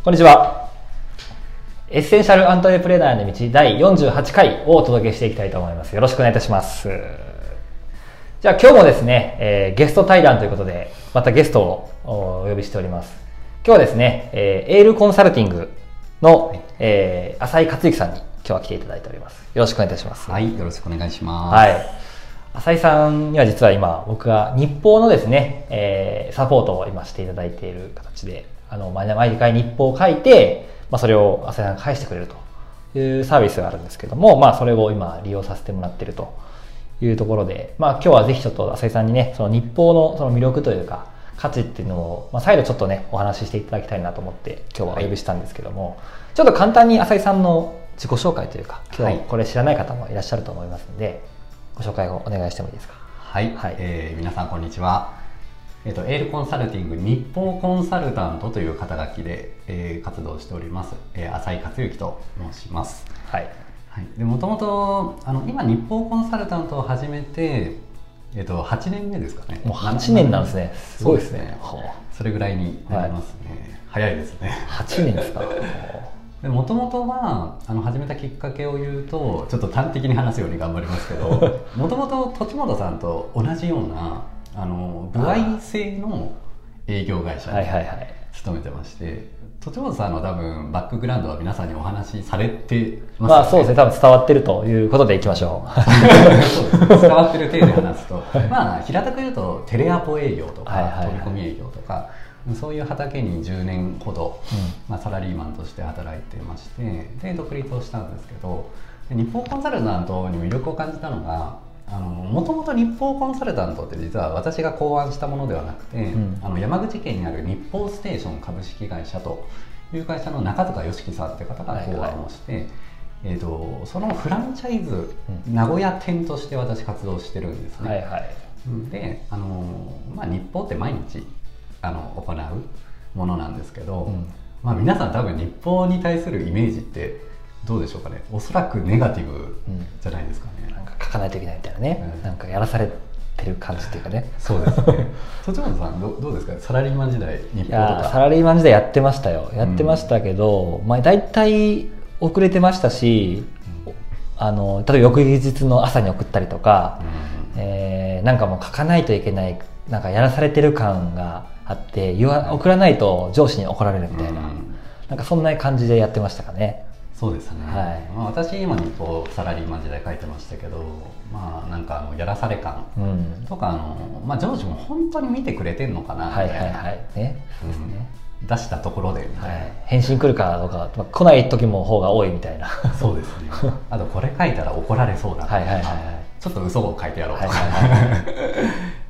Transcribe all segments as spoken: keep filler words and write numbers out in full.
こんにちは。エッセンシャルアントレプレナーの道だいよんじゅうはちかいをお届けしていきたいと思います。よろしくお願いいたします。じゃあ今日もですね、えー、ゲスト対談ということでまたゲストをお呼びしております。今日はですね、えー、エールコンサルティングの、はいえー、浅井克之さんに今日は来ていただいております。よろしくお願いいたします。 はい、よろしくお願いします。 はい、浅井さんには実は今僕が日報のですね、えー、サポートを今していただいている形で、あの毎回日報を書いて、まあ、それを浅井さんが返してくれるというサービスがあるんですけども、まあ、それを今利用させてもらっているというところで、まあ、今日はぜひちょっと浅井さんにね、その日報のその魅力というか価値っていうのを、まあ、再度ちょっとねお話ししていただきたいなと思って今日はお呼びしたんですけども、はい、ちょっと簡単に浅井さんの自己紹介というか、今日これ知らない方もいらっしゃると思いますので、ご紹介をお願いしてもいいですか。 はい、はいえー、皆さんこんにちは。えーと、エールコンサルティング日報コンサルタントという肩書きで、えー、活動しております、えー、浅井克之と申します。はい。はい、でもともとあの今日報コンサルタントを始めて、えーと、はちねんめですかね。 もうはちねんなんですね。すごいですね。 それぐらいになりますね。はい、早いですね。 はちねんですか。 もともとはあの始めたきっかけを言うとちょっと端的に話すように頑張りますけど、もともと土本さんと同じようなあの歩合制の営業会社に勤めてまして、土本さんの多分バックグラウンドは皆さんにお話しされてますよね。 まあそうですね、多分伝わってるということでいきましょう。伝わってる体で話すと、まあ平たく言うとテレアポ営業とか、はいはいはい、飛び込み営業とかそういう畑にじゅうねんほど、うんまあ、サラリーマンとして働いてまして、で独立をしたんですけど、日報コンサルタントに魅力を感じたのが、もともと日報コンサルタントって実は私が考案したものではなくて、うん、あの山口県にある日報ステーション株式会社という会社の中塚良樹さんって方が考案をして、はいはいえー、とそのフランチャイズ、うん、名古屋店として私活動してるんですね。はいはい、であの、まあ、日報って毎日あの行うものなんですけど、うんまあ、皆さん多分日報に対するイメージってどうでしょうかね。おそらくネガティブじゃないですかね。 うん、なんか書かないといけないみたいなね、うん、なんかやらされてる感じっていうかね。 そうですね。土本さん ど, どうですか。サラリーマン時代日報とか。いやサラリーマン時代やってましたよ。やってましたけど、うんまあ、大体遅れてましたし、うん、あの例えば翌日の朝に送ったりとか、うんえー、なんかもう書かないといけない、なんかやらされてる感があって言わ送らないと上司に怒られるみたいな、うん、なんかそんな感じでやってましたかね。 そうですね、はいまあ、私今日報サラリーマン時代書いてましたけど、まあなんかあのやらされ感とか、うんあのまあ、上司も本当に見てくれてんのかなみたいな、はいはいはいねそうですね、うん、出したところでみたいな、はい、 返信来るかどうか、まあ、来ない時も方が多いみたいな。そうですね。あとこれ書いたら怒られそうだとか、はいはいはいはい、ちょっと嘘を書いてやろうとか、はいはいはい、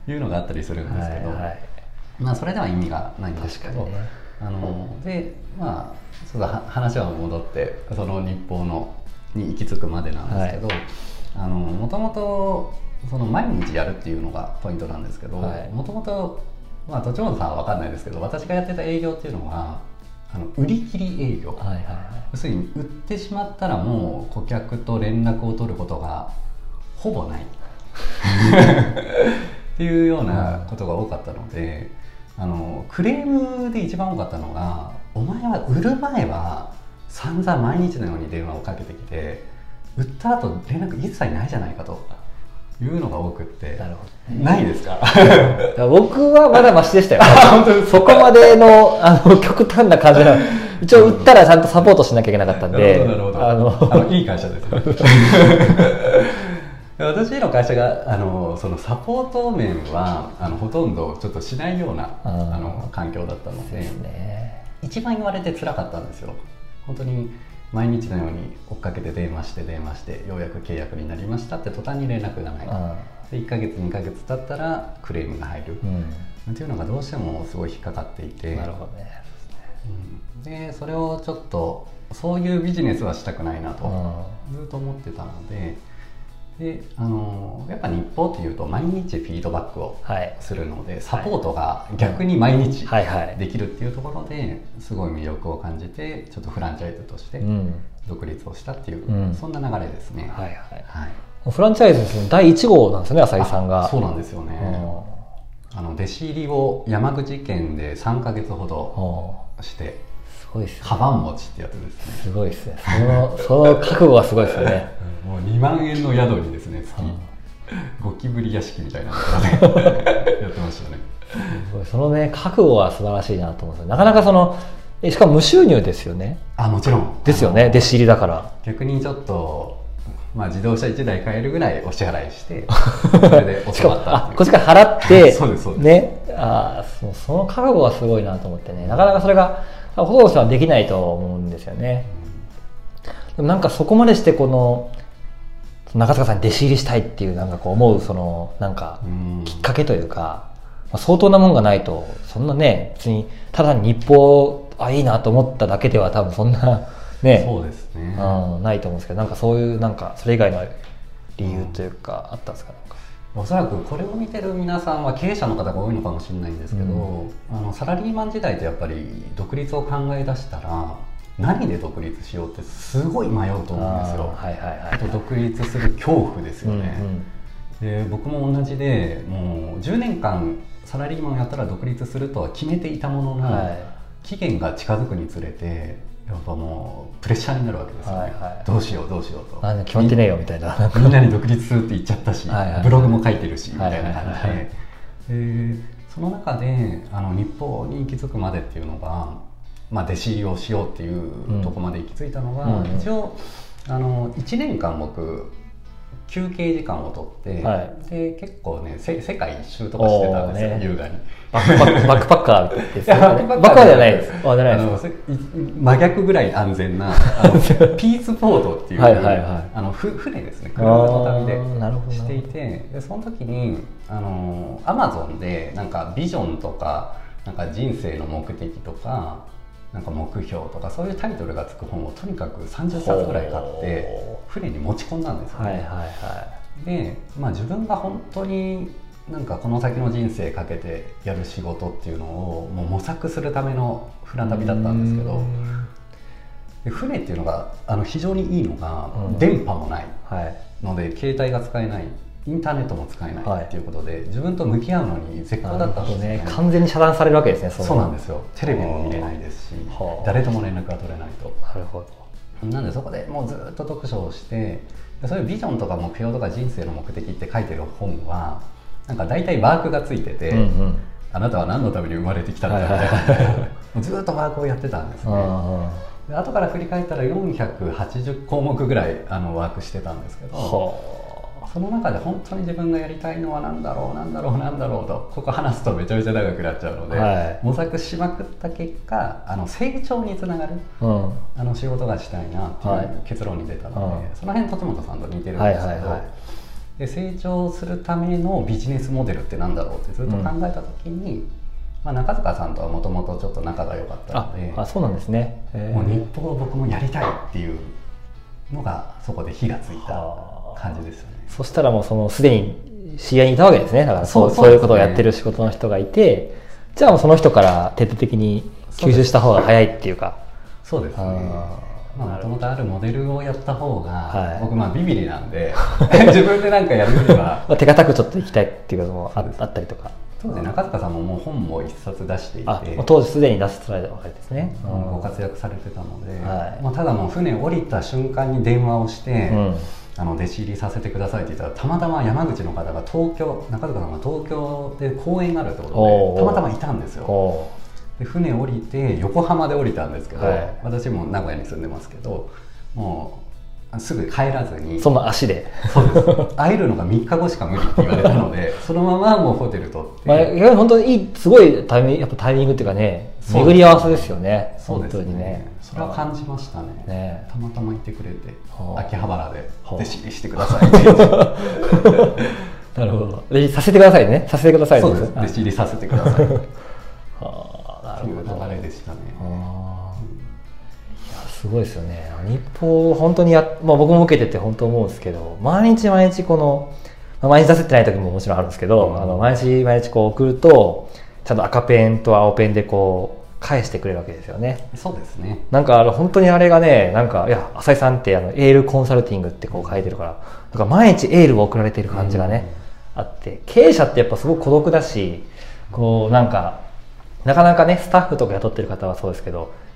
いうのがあったりするんですけど、はいはいまあ、それでは意味がないんですけど、ね、あのでまあちょっと話は戻ってその日報のに行き着くまでなんですけど、はい、あのもともとその毎日やるっていうのがポイントなんですけど、もともとまあ土本さんは分かんないですけど、私がやってた営業っていうのはあの売り切り営業、はいはいはい、要するに売ってしまったらもう顧客と連絡を取ることがほぼないっていうようなことが多かったので、あのクレームで一番多かったのが、お前は売る前は散々毎日のように電話をかけてきて、売った後連絡一切ないじゃないかというのが多くって。なるほど、ね、ないですか。 僕はまだマシでしたよ。そこまで の, あの極端な感じな。一応売ったらちゃんとサポートしなきゃいけなかったんで。 なるほどなるほど。あのいい会社ですよ。私の会社があのそのサポート面はあのほとんどちょっとしないようなあの環境だったの で, で、ね、一番言われて辛かったんですよ。本当に毎日のように追っかけて電話して電話してようやく契約になりましたって途端に連絡がない、でいっかげつにかげつ経ったらクレームが入る、うん、っていうのがどうしてもすごい引っかかっていて。なるほどね、うん、でそれをちょっとそういうビジネスはしたくないなとずっと思ってたので、であのやっぱ日報っていうと毎日フィードバックをするので、はい、サポートが逆に毎日できるっていうところですごい魅力を感じて、ちょっとフランチャイズとして独立をしたっていう、うん、そんな流れですね。はいはいはい、フランチャイズのだいいち号なんですよね、浅井さんが。 そうなんですよね、うん、あの弟子入りを山口県でさんかげつほどして、 ごいっすね。 カバン持ちってやつですね。 すごいですね。そのその覚悟はすごいですよね。 もうにまんえんの宿にですね、月ゴキブリ屋敷みたいなのでやってましたね。 そのね覚悟は素晴らしいなと思うんですよ。なかなかそのえしかも無収入ですよね。 あ、もちろんですよね。弟子入りだから。 逆にちょっと、まあ、自動車いちだい買えるぐらいお支払いしてそれで収まったっていう。 こっちから払ってそうですそうですね。あそのその覚悟はすごいなと思ってね。なかなかそれがほとんどの人はできないと思うんですよね。でもなんかそこまでしてこの中塚さんに弟子入りしたいっていうなんかこう思うそのなんかきっかけというか、まあ、相当なもんがないとそんなね別にただ日報あいいなと思っただけでは多分そんなねそうですね、 うん、ないと思うんですけど、なんかそういうなんかそれ以外の理由というかあったんですか？なんかおそらくこれを見てる皆さんは経営者の方が多いのかもしれないんですけど、うん、あのサラリーマン時代ってやっぱり独立を考え出したら何で独立しようってすごい迷うと思うんですよ。 はいはいはいはい、 あと独立する恐怖ですよね、うんうん、で僕も同じでもうじゅうねんかんサラリーマンをやったら独立するとは決めていたものの、はい、期限が近づくにつれてやっぱもうプレッシャーになるわけですよね、はいはい、どうしようどうしようとあ決まってねえよみたいなみんなに独立するって言っちゃったしはい、はい、ブログも書いてるしみたいな感じで、はいはいはい、でその中であの日報に行き着くまでっていうのがまあ、弟子入りをしようっていうところまで行き着いたのが、うん、一応あのいちねんかん僕休憩時間を取って、はい、で結構ね世界一周とかしてたんですよ、ね、優雅にバックパックバックパッカーですよね。バックパッカーじゃないです。あ、じゃないですか。 真逆ぐらい安全なあのピースポートっていうはいはい、はい、あのふ船ですね、クルーズの旅でしていて、でその時にあのアマゾンでなんかビジョンとかなんか人生の目的とかなんか目標とかそういうタイトルがつく本をとにかくさんじゅっさつぐらい買って船に持ち込んだんですよね、はいはいはい、で、まあ、自分が本当になんかこの先の人生かけてやる仕事っていうのをもう模索するための船旅だったんですけど、で船っていうのがあの非常にいいのが、うん、電波もないので、はい、携帯が使えない、インターネットも使えないっていうことで、はい、自分と向き合うのに絶好だったんですね。 完全に遮断されるわけですね。 そう、そうなんですよ。テレビも見れないですし、誰とも連絡が取れないと。 なるほど。 なんでそこでもうずっと読書をして、そういうビジョンとか目標とか人生の目的って書いてる本はなんか大体ワークがついてて、うんうん、あなたは何のために生まれてきたんだみたいな、ずっとワークをやってたんですね。で後から振り返ったらよんひゃくはちじゅうこうもくぐらいあのワークしてたんですけど、その中で本当に自分がやりたいのは何だろう何だろう何だろうとここ話すとめちゃめちゃ長くなっちゃうので、はい、模索しまくった結果あの成長につながる、うん、あの仕事がしたいなっていう結論に出たので、はい、その辺栃本さんと似てるんですけど、はいはいはい、で成長するためのビジネスモデルって何だろうってずっと考えた時に、うんまあ、中塚さんとはもともとちょっと仲が良かったので、 ああそうなんですね。 もう日報を僕もやりたいっていうのがそこで火がついた感じですよね。 そしたらもうそのすでに知り合いにいたわけですね。だからそう、そういうことをやってる仕事の人がいて、じゃあもうその人から徹底的に吸収した方が早いっていうか。 そうですね。もともとあるモデルをやった方が、はい、僕まあビビリなんで自分でなんかやるよりは手堅くちょっと行きたいっていうことも あ, あったりとか。 当時中塚さんももう本も一冊出していて、あ当時すでに出してられたわけですね、 うん、ご活躍されてたので、はいまあ、ただもう船降りた瞬間に電話をして、うん、あの弟子入りさせてくださいって言ったらたまたま山口の方が東京中塚さんが東京で講演があるってことでたまたまいたんですよ。で船降りて横浜で降りたんですけど、はい、私も名古屋に住んでますけどもうすぐ帰らずにその足でそうです会えるのがみっかごしか無理って言われたのでそのままもうホテル取って、 まあ、いや本当にいいすごいタイミングやっぱタイミングっていうかね巡り合わせですよね。 そうですね。本当にねそれは感じました ね, ねたまたま行ってくれて秋葉原で弟子入りしてくださいって言ってなるほど弟子させてくださいねさせてください、ね、 そうです弟子入りさせてくださいはあという流れでしたね。 すごいですよね。日報本当にや、まあ、僕も受けてて本当思うんですけど毎日毎日この、まあ、毎日出せてない時ももちろんあるんですけど、うん、あの毎日毎日こう送るとちゃんと赤ペンと青ペンでこう返してくれるわけですよね。 そうですね。 なんかあの本当にあれがねなんかいや浅井さんってあのエールコンサルティングってこう書いてるからなんか毎日エールを送られている感じがね、うん、あって経営者ってやっぱすごく孤独だしこうなんかなかなかねスタッフとか雇ってる方はそうですけど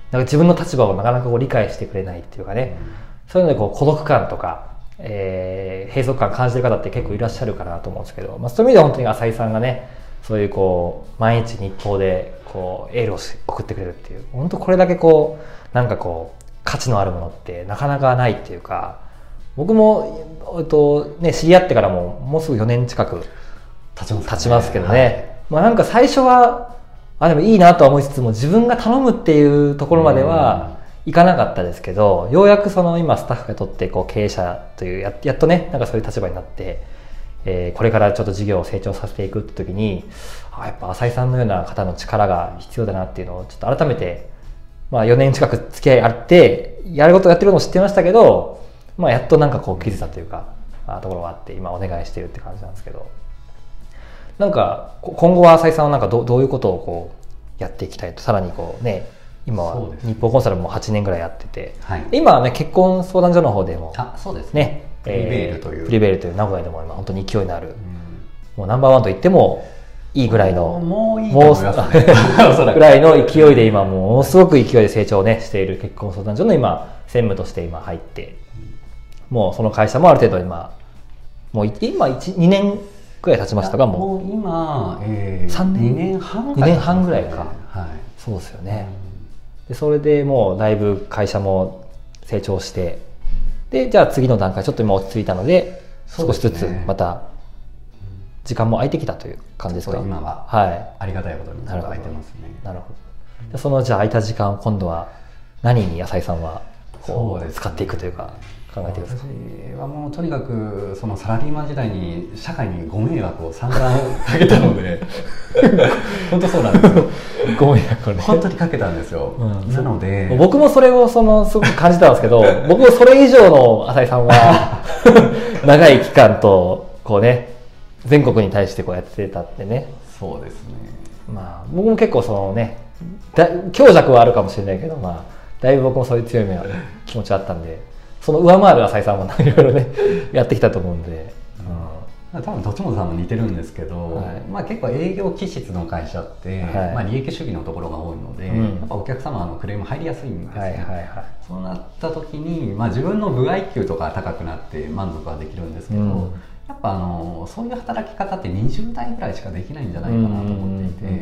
なんか自分の立場をなかなかこう理解してくれないっていうかね、うん、そういうのでこう孤独感とか、えー、閉塞感感じてる方って結構いらっしゃるかなと思うんですけど、まあ、そういう意味では本当に浅井さんがねそういうこう毎日日報でこうエールを送ってくれるっていう、本当これだけこうなんかこう価値のあるものってなかなかないっていうか、僕も、えっとね、知り合ってからももうすぐよねん近く経ちます、ね、経ちますけどね、はい、まあ、なんか最初はあでもいいなとは思いつつも自分が頼むっていうところまではいかなかったですけど、ようやくその今スタッフが取ってこう経営者という や, やっとねなんかそういう立場になって、えー、これからちょっと事業を成長させていくって時に、あやっぱ浅井さんのような方の力が必要だなっていうのをちょっと改めて、まあ、よねん近く付き合いあってやることやってることも知ってましたけど、まあ、やっとなんかこう気づいたというかところがあって今お願いしてるって感じなんですけど、なんか今後は浅井さんはなんか ど, どういうことをこうやっていきたいと、さらにこうね今は日報コンサルもはちねんぐらいやってて、はい、今はね結婚相談所の方でもあそうですねプリベールという、 えー、プリベールという名古屋でも今本当に勢いのある、うん、もうナンバーワンと言ってもいいぐらいのもういいと思いますねぐらいの勢いで今ものすごく勢いで成長をねしている結婚相談所の今専務として今入って、もうその会社もある程度今もう今にねんくらい経ちましたが、もうもう今、えー、さんねんにねんはんぐらい、 にねんはんぐらいか、 はい、 そうですよね、うん、でそれでもうだいぶ会社も成長して、でじゃあ次の段階ちょっと今落ち着いたので少しずつまた時間も空いてきたという感じですか。 今は、 はい、 ありがたいことに空いてますね。 なるほど。そのじゃあ空いた時間を今度は何に浅井さんはこう使っていくというか考えていくんですか。 私はもうとにかくそのサラリーマン時代に社会にご迷惑を散々かけたので本当そうなんですよ。 ご迷惑をね本当にかけたんですよ、うん、なので僕もそれをそのすごく感じたんですけど僕もそれ以上の浅井さんは長い期間とこうね全国に対してこうやってたってね。 そうですね。 まあ僕も結構そのねだ強弱はあるかもしれないけど、まあだいぶ僕もそういう強い気持ちはあったんで、その上回る浅井さんもいろいろねやってきたと思うんで、 うん、多分栃本さんも似てるんですけど、はい、まあ結構営業気質の会社って、はい、まあ利益主義のところが多いので、うん、やっぱお客様のクレーム入りやすいんですよ、はいはいはい、そうなった時に、まあ、自分の部合給とか高くなって満足はできるんですけど、うん、やっぱあのそういう働き方ってにじゅう代ぐらいしかできないんじゃないかなと思っていて、うんうんうん、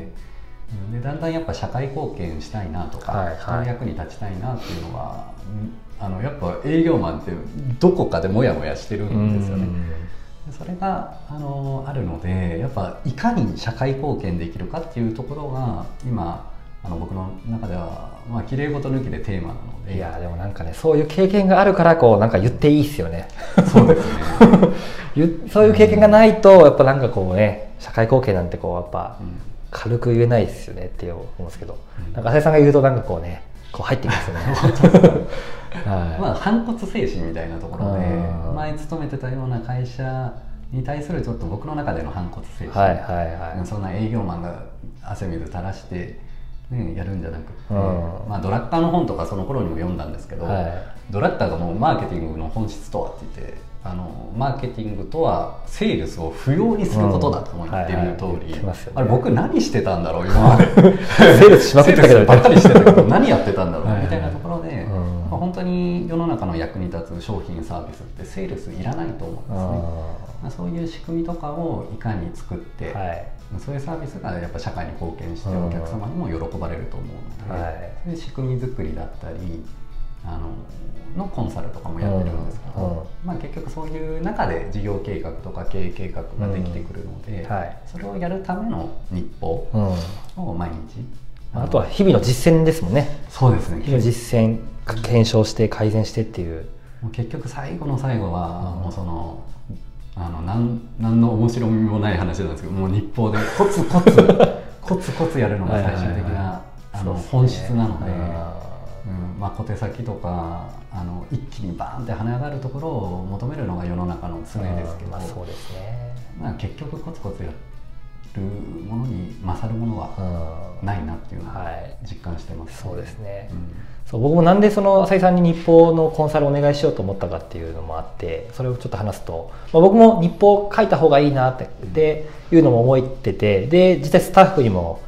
でだんだんやっぱ社会貢献したいなとか、はいはい、人の役に立ちたいなっていうのはあのやっぱ営業マンってどこかでモヤモヤしてるんですよね。それがあのあるので、やっぱいかに社会貢献できるかっていうところが今あの僕の中ではまあ綺麗事抜きでテーマなので。 いやでもなんかねそういう経験があるからこうなんか言っていいですよね。 そうですね。 そういう経験がないとやっぱなんかこうね社会貢献なんてこうやっぱ軽く言えないですよねって思うんですけど、うん、なんか浅井さんが言うとなんかこうねこう入ってきますよね。 はい、まあ反骨精神みたいなところで前勤めてたような会社に対するちょっと僕の中での反骨精神、はいはいはい、そんな営業マンが汗水垂らして、ね、やるんじゃなくて、まあ、ドラッカーの本とかその頃にも読んだんですけど、はい、ドラッカーがもうマーケティングの本質とはって言って、あのマーケティングとはセールスを不要にすることだと言ってる通り、あれ僕何してたんだろう今までセールスしまくってたけどばっかりしてたけど何やってたんだろうみたいなところで、まあ、本当に世の中の役に立つ商品サービスってセールスいらないと思うんですね。まあ、そういう仕組みとかをいかに作って、はい、そういうサービスがやっぱ社会に貢献してお客様にも喜ばれると思うので、はい、そういう仕組み作りだったりあののコンサルとかもやってるんですけど、うんうん、まあ、結局そういう中で事業計画とか経営計画ができてくるので、うん、はい、それをやるための日報を毎日、 うん、あとは日々の実践ですもんね。 そうですね。 日々の実践検証して改善してっていう、 もう結局最後の最後はもうそのあの何何の面白みもない話なんですけど、もう日報でコツコツコツコツやるのが最終的なあの本質なので、うん、まあ、小手先とかあの一気にバーンって跳ね上がるところを求めるのが世の中の常ですけど、 まあ、そうですね、 まあ、結局コツコツやるものに勝るものはないなっていうのを実感してます、 ね、はい、そうですね、うん、そう僕もなんでその浅井さんに日報のコンサルをお願いしようと思ったかっていうのもあって、それをちょっと話すと、まあ、僕も日報書いた方がいいなって、っていうのも思ってて、で実際スタッフにも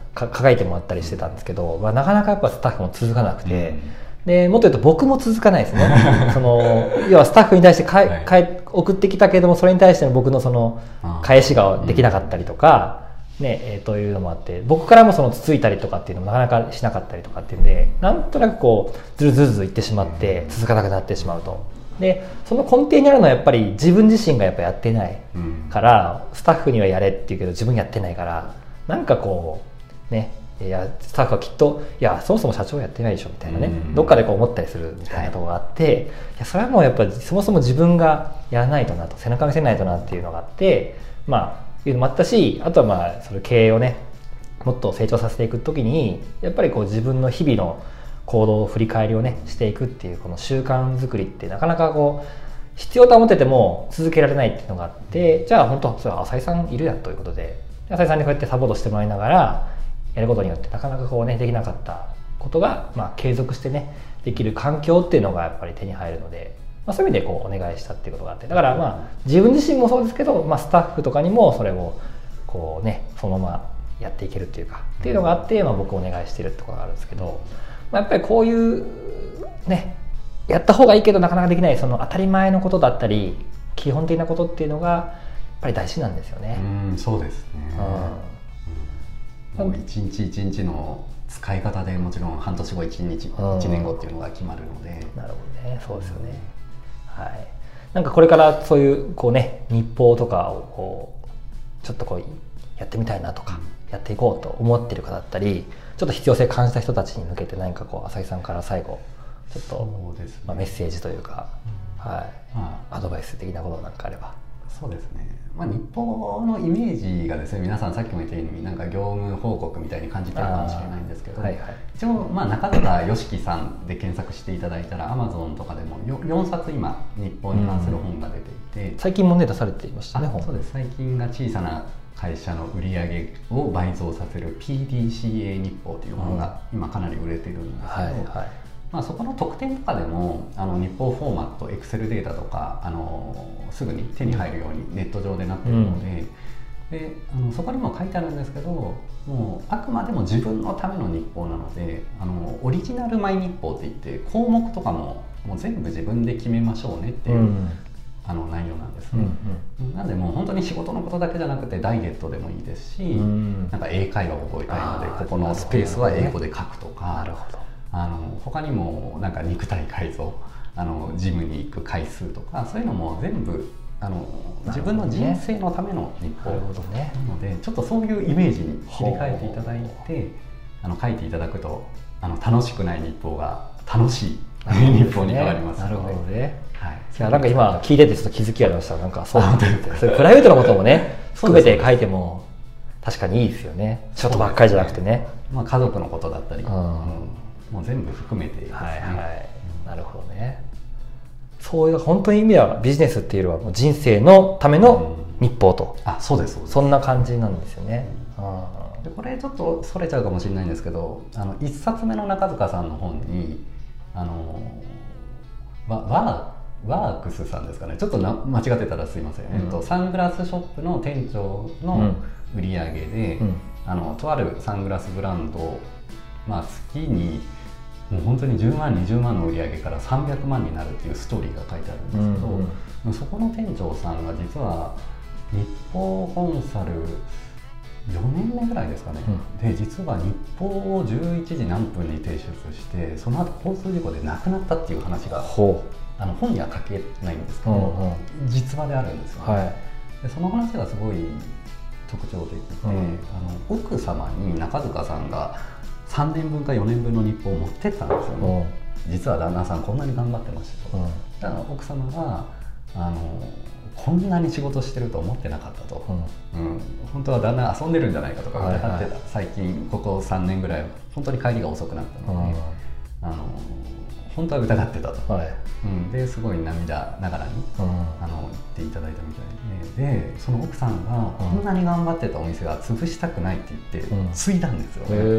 輝いてもらったりしてたんですけど、まあ、なかなかやっぱスタッフも続かなくて、うん、でもっと言うと僕も続かないですねその要はスタッフに対してか、はい、送ってきたけれどもそれに対しての僕のその返しができなかったりとか、うんねえー、というのもあって僕からもそのつついたりとかっていうのもなかなかしなかったりとかっていうんでなんとなくこうずるずるずるいってしまって続かなくなってしまうと。でその根底にあるのはやっぱり自分自身がやっぱやってないから、うん、スタッフにはやれって言うけど自分やってないからなんかこうねいやスタッフはきっといやそもそも社長やってないでしょみたいなね、うん、どっかでこう思ったりするみたいなところがあって、はい、いやそれはもうやっぱりそもそも自分がやらないとなと背中見せないとなっていうのがあってまあいうのもあったしあとはまあその経営をねもっと成長させていくときにやっぱりこう自分の日々の行動を振り返りをねしていくっていうこの習慣作りってなかなかこう必要と思ってても続けられないっていうのがあってじゃあ本当それは浅井さんいるやということで浅井さんにこうやってサポートしてもらいながらやることによってなかなかこうねできなかったことがまあ継続してねできる環境っていうのがやっぱり手に入るので、まあ、そういう意味でこうお願いしたっていうことがあってだからまあ自分自身もそうですけど、まあ、スタッフとかにもそれをこうねそのままやっていけるっていうかっていうのがあって、まあ、僕お願いしてるってことがあるんですけど。まあ、やっぱりこういうねやった方がいいけどなかなかできないその当たり前のことだったり基本的なことっていうのがやっぱり大事なんですよね。 うんそうですね、うん、もう一日一日の使い方でもちろん半年後一日、うん、いちねんごっていうのが決まるのでなるほどねそうですよね、うん、はいなんかこれからそういうこうね日報とかをこうちょっとこうやってみたいなとか、うん、やっていこうと思っている方だったりちょっと必要性感じた人たちに向けて何かこう浅井さんから最後ちょっと、そうですねまあ、メッセージというか、うんはいまあ、アドバイス的なことなんかあれば。 そうですね、まあ、日報のイメージがですね皆さんさっきも言ったようになんか業務報告みたいに感じてるかもしれないんですけど、はいはい、一応、まあ、中塚良樹さんで検索していただいたら Amazon とかでもよんさつ今日報に関する本が出ていて、 うん、最近もね出されていましたね本。 そうです最近が小さな会社の売り上げを倍増させる ピーディーシーエー 日報というものが今かなり売れてるんですけど、はいはいまあ、そこの特典とかでもあの日報フォーマット Excel データとかあのすぐに手に入るようにネット上でなっているので、うん、であのそこにも書いてあるんですけどもうあくまでも自分のための日報なのであのオリジナルマイ日報っていって項目とかももう全部自分で決めましょうねっていう、うんあの内容なんですね、うんうん、なのでもう本当に仕事のことだけじゃなくてダイエットでもいいですし、うん、なんか英会話を覚えたいのでここのスペースは英語で書くとかなるほどあの他にもなんか肉体改造あのジムに行く回数とかそういうのも全部あの自分の人生のための日報なのでちょっとそういうイメージに切り替えていただいてあの書いていただくとあの楽しくない日報が楽しい日報に変わりますので。なるほどねはい、いやなんか今聞いててちょっと気づきありましたなんかそうなんですそれプライベートのこともね含めて書いても確かにいいですよねちょっとばっかりじゃなくてね、まあ、家族のことだったり、うん、もう全部含めてですね、はいはい、なるほどねそういう本当に意味ではビジネスっていうよりはもう人生のための日報と、うん、あそうですそうですそんな感じなんですよね、うん、でこれちょっとそれちゃうかもしれないんですけどあのいっさつめの中塚さんの本にあのわわワークスさんですかねちょっとな間違ってたらすいません、うんえっと、サングラスショップの店長の売り上げで、うん、あのとあるサングラスブランド、まあ、月にもう本当にじゅうまんにじゅうまんの売り上げからさんびゃくまんになるっていうストーリーが書いてあるんですけど、うんうん、そこの店長さんが実は日報コンサルよねんめぐらいですかね、うん、で実は日報をじゅういちじ何分に提出してその後交通事故で亡くなったっていう話がほうあの本には書けないんですけど、うんうん、実話であるんですよね、はい、でその話がすごい特徴的で、うん、あの奥様に中塚さんがさんねんぶんかよねんぶんの日報を持ってったんですよね、うん、実は旦那さんこんなに頑張ってましたと、うん、だから奥様があのこんなに仕事してると思ってなかったと、うんうん、本当は旦那遊んでるんじゃないかとか疑ってた、はいはい、最近ここさんねんぐらい本当に帰りが遅くなったので、うん、あの本当は疑ってたと、はいうん、ですごい涙ながらに、うん、あの言っていただいたみたいで、でその奥さんがこんなに頑張ってたお店は潰したくないって言って継いだんですよね、うん、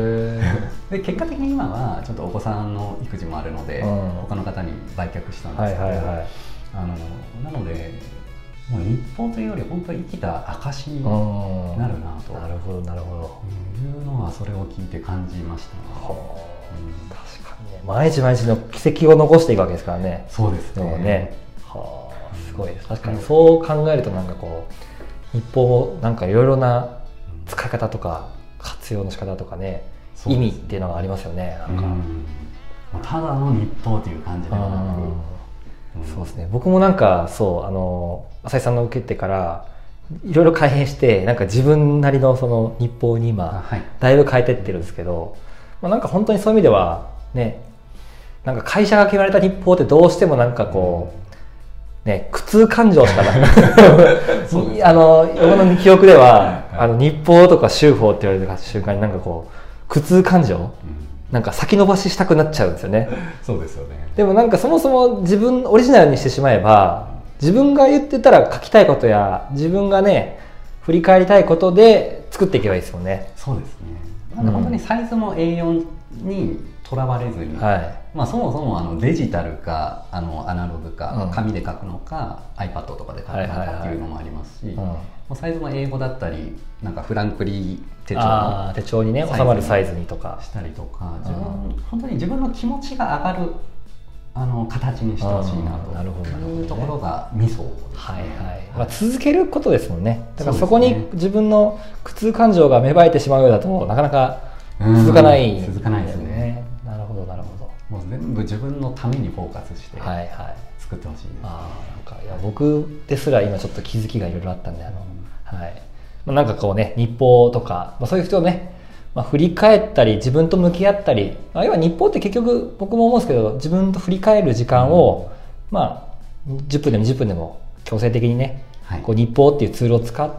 で結果的に今はちょっとお子さんの育児もあるので、うん、他の方に売却したんですけど、はいはいはい、あのなのでもう日報というより本当に生きた証になるなと、 なるほどなるほどいうのはそれを聞いて感じましたね。はあ、うん、確かにね、毎日毎日の軌跡を残していくわけですからね。 そうですね。 ね、はあ、すごいです。確かにそう考えるとなんかこう日報なんかいろいろな使い方とか活用の仕方とかね、意味っていうのがありますよね。なんか、うん、 ただの日報という感じではなく、 うん、そうですね。僕もなんかそうあの浅井さんの受けてからいろいろ改変してなんか自分なりのその日報に今、はい、だいぶ変えてってるんですけど、まあ、なんか本当にそういう意味ではね、なんか会社が決まれた日報ってどうしてもなんかこう、ね、苦痛感情しかないあの僕の記憶ではあの日報とか週報って言われる瞬間になんかこう苦痛感情、うん、なんか先延ばししたくなっちゃうんですよね。 そうですよね。 でもなんかそもそも自分オリジナルにしてしまえば自分が言ってたら書きたいことや自分がね振り返りたいことで作っていけばいいですよね。 そうですね。なんで本当にサイズも エーよん にとらわれずに、はい、まあ、そもそもあのデジタルかあのアナログか、うん、紙で書くのか iPad とかで書くのかっていうのもありますし、サイズも英語だったりなんかフランクリー手帳の手帳にね収まるサイズにとかしたりとか、自分本当に自分の気持ちが上がるあの形にしてほしいなというところがミソ、 はいはい、まあ、続けることですもんね。だからそこに自分の苦痛感情が芽生えてしまうようだとなかなか続かない、 うん、続かないですね。 なるほどなるほど。 もう全部自分のためにフォーカスして作ってほしいです、ね。 あ、なんかいや僕ですら今ちょっと気づきがいろいろあったんで、あの、うん、はい、まあ、なんかこうね日報とか、まあ、そういう人をね、まあ、振り返ったり自分と向き合ったり、まあ、要は日報って結局僕も思うんですけど自分と振り返る時間を、うん、まあじゅっぷんでもにじゅっぷんでも強制的にね、はい、こう日報っていうツールを使って、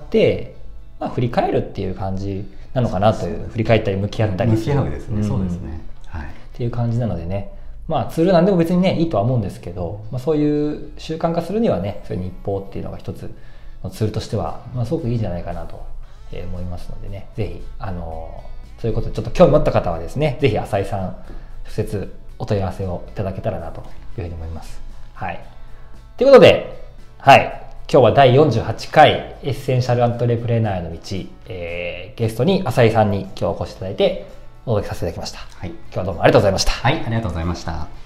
まあ、振り返るっていう感じなのかなという、振り返ったり向き合ったり向き合うですね、うん、そうですね、はい、 っていう感じなのでね、まあツールなんでも別にねいいとは思うんですけど、まあ、そういう習慣化するにはねそういう日報っていうのが一つのツールとしては、まあ、すごくいいんじゃないかなと思いますのでね、ぜひあのそういうことでちょっと興味持った方はですねぜひ浅井さん直接お問い合わせをいただけたらなというふうに思います。はい、ということで、はい、今日はだいよんじゅうはちかいエッセンシャルアントレプレナーへの道、えー、ゲストに浅井さんに今日お越しいただいてお届けさせていただきました。はい、今日はどうもありがとうございました。 はい、ありがとうございました。